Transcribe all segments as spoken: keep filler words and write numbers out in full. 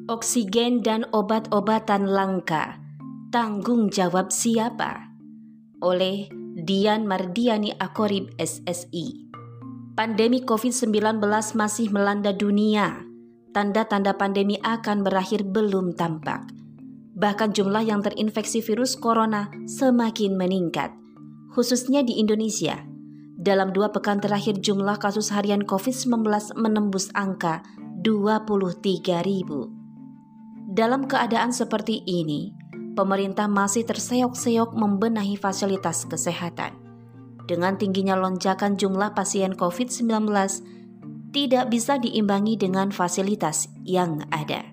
Oksigen dan obat-obatan langka, tanggung jawab siapa? Oleh Dian Mardiani Akorib S S I. Pandemi covid sembilan belas masih melanda dunia. Tanda-tanda pandemi akan berakhir belum tampak. Bahkan jumlah yang terinfeksi virus corona semakin meningkat, khususnya di Indonesia. Dalam dua pekan terakhir jumlah kasus harian covid sembilan belas menembus angka dua puluh tiga ribu. Dalam keadaan seperti ini, pemerintah masih terseok-seok membenahi fasilitas kesehatan. Dengan tingginya lonjakan jumlah pasien covid sembilan belas, tidak bisa diimbangi dengan fasilitas yang ada.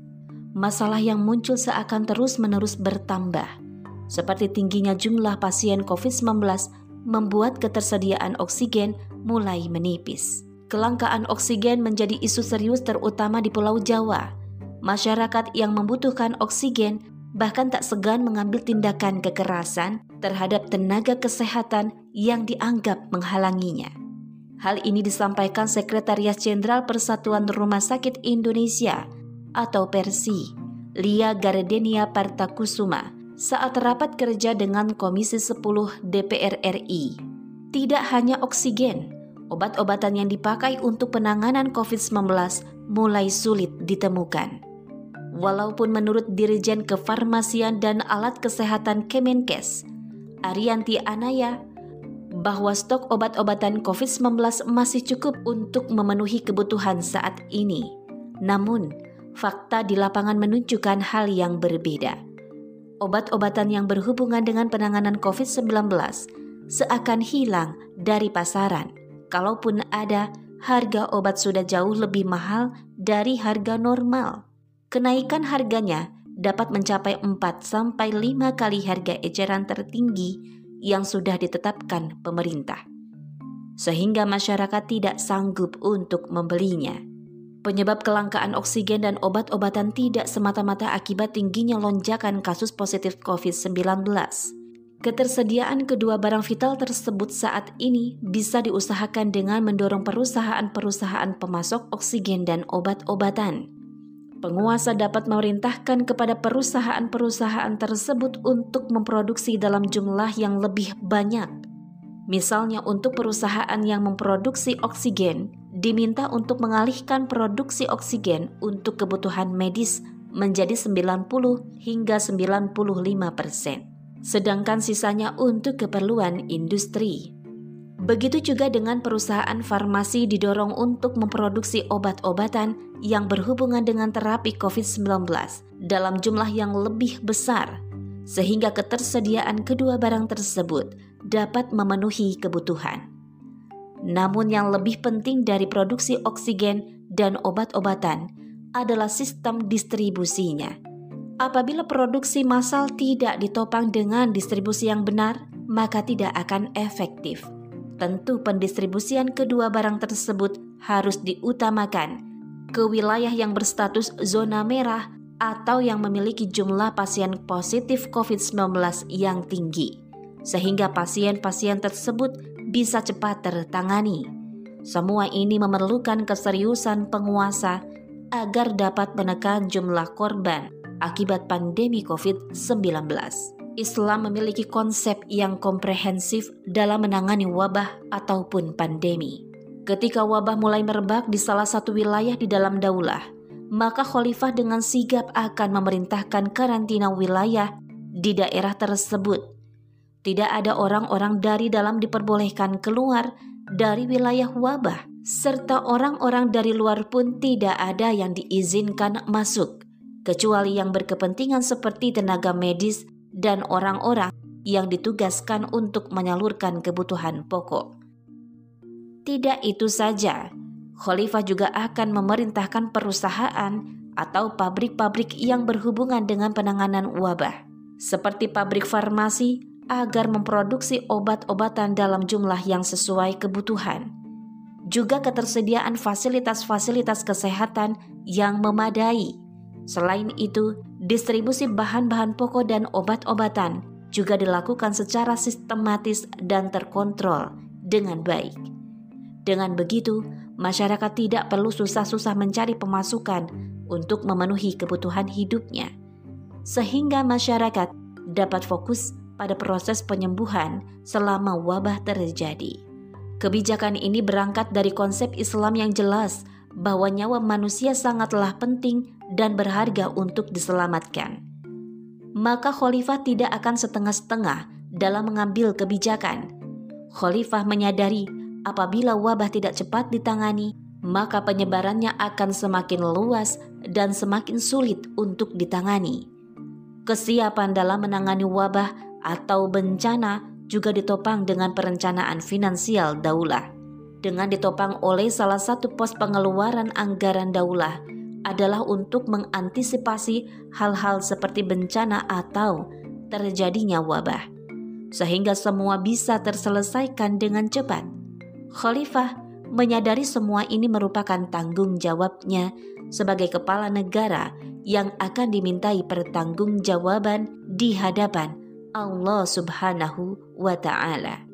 Masalah yang muncul seakan terus-menerus bertambah, seperti tingginya jumlah pasien covid sembilan belas membuat ketersediaan oksigen mulai menipis. Kelangkaan oksigen menjadi isu serius terutama di Pulau Jawa. Masyarakat yang membutuhkan oksigen bahkan tak segan mengambil tindakan kekerasan terhadap tenaga kesehatan yang dianggap menghalanginya. Hal ini disampaikan Sekretaris Jenderal Persatuan Rumah Sakit Indonesia atau Persi, Lia Gardenia Partakusuma, saat rapat kerja dengan Komisi sepuluh D P R R I. Tidak hanya oksigen, obat-obatan yang dipakai untuk penanganan covid sembilan belas mulai sulit ditemukan. Walaupun menurut Dirjen Kefarmasian dan Alat Kesehatan Kemenkes, Arianti Anaya, bahwa stok obat-obatan covid sembilan belas masih cukup untuk memenuhi kebutuhan saat ini. Namun, fakta di lapangan menunjukkan hal yang berbeda. Obat-obatan yang berhubungan dengan penanganan covid sembilan belas seakan hilang dari pasaran. Kalaupun ada, harga obat sudah jauh lebih mahal dari harga normal. Kenaikan harganya dapat mencapai empat sampai lima kali harga eceran tertinggi yang sudah ditetapkan pemerintah, sehingga masyarakat tidak sanggup untuk membelinya. Penyebab kelangkaan oksigen dan obat-obatan tidak semata-mata akibat tingginya lonjakan kasus positif covid sembilan belas. Ketersediaan kedua barang vital tersebut saat ini bisa diusahakan dengan mendorong perusahaan-perusahaan pemasok oksigen dan obat-obatan. Penguasa dapat memerintahkan kepada perusahaan-perusahaan tersebut untuk memproduksi dalam jumlah yang lebih banyak. Misalnya untuk perusahaan yang memproduksi oksigen, diminta untuk mengalihkan produksi oksigen untuk kebutuhan medis menjadi sembilan puluh hingga sembilan puluh lima persen, sedangkan sisanya untuk keperluan industri. Begitu juga dengan perusahaan farmasi didorong untuk memproduksi obat-obatan yang berhubungan dengan terapi covid sembilan belas dalam jumlah yang lebih besar, sehingga ketersediaan kedua barang tersebut dapat memenuhi kebutuhan. Namun yang lebih penting dari produksi oksigen dan obat-obatan adalah sistem distribusinya. Apabila produksi massal tidak ditopang dengan distribusi yang benar, maka tidak akan efektif. Tentu pendistribusian kedua barang tersebut harus diutamakan ke wilayah yang berstatus zona merah atau yang memiliki jumlah pasien positif covid sembilan belas yang tinggi, sehingga pasien-pasien tersebut bisa cepat tertangani. Semua ini memerlukan keseriusan penguasa agar dapat menekan jumlah korban akibat pandemi covid sembilan belas. Islam memiliki konsep yang komprehensif dalam menangani wabah ataupun pandemi. Ketika wabah mulai merebak di salah satu wilayah di dalam daulah, maka khalifah dengan sigap akan memerintahkan karantina wilayah di daerah tersebut. Tidak ada orang-orang dari dalam diperbolehkan keluar dari wilayah wabah, serta orang-orang dari luar pun tidak ada yang diizinkan masuk, kecuali yang berkepentingan seperti tenaga medis dan orang-orang yang ditugaskan untuk menyalurkan kebutuhan pokok. Tidak itu saja, khalifah juga akan memerintahkan perusahaan atau pabrik-pabrik yang berhubungan dengan penanganan wabah, seperti pabrik farmasi, agar memproduksi obat-obatan dalam jumlah yang sesuai kebutuhan. Juga ketersediaan fasilitas-fasilitas kesehatan yang memadai. Selain itu, distribusi bahan-bahan pokok dan obat-obatan juga dilakukan secara sistematis dan terkontrol dengan baik. Dengan begitu, masyarakat tidak perlu susah-susah mencari pemasukan untuk memenuhi kebutuhan hidupnya, sehingga masyarakat dapat fokus pada proses penyembuhan selama wabah terjadi. Kebijakan ini berangkat dari konsep Islam yang jelas bahwa nyawa manusia sangatlah penting dan berharga untuk diselamatkan. Maka khalifah tidak akan setengah-setengah dalam mengambil kebijakan. Khalifah menyadari apabila wabah tidak cepat ditangani, maka penyebarannya akan semakin luas dan semakin sulit untuk ditangani. Kesiapan dalam menangani wabah atau bencana juga ditopang dengan perencanaan finansial daulah. Dengan ditopang oleh salah satu pos pengeluaran anggaran daulah adalah untuk mengantisipasi hal-hal seperti bencana atau terjadinya wabah, sehingga semua bisa terselesaikan dengan cepat. Khalifah menyadari semua ini merupakan tanggung jawabnya sebagai kepala negara yang akan dimintai pertanggungjawaban di hadapan Allah Subhanahu wa Ta'ala.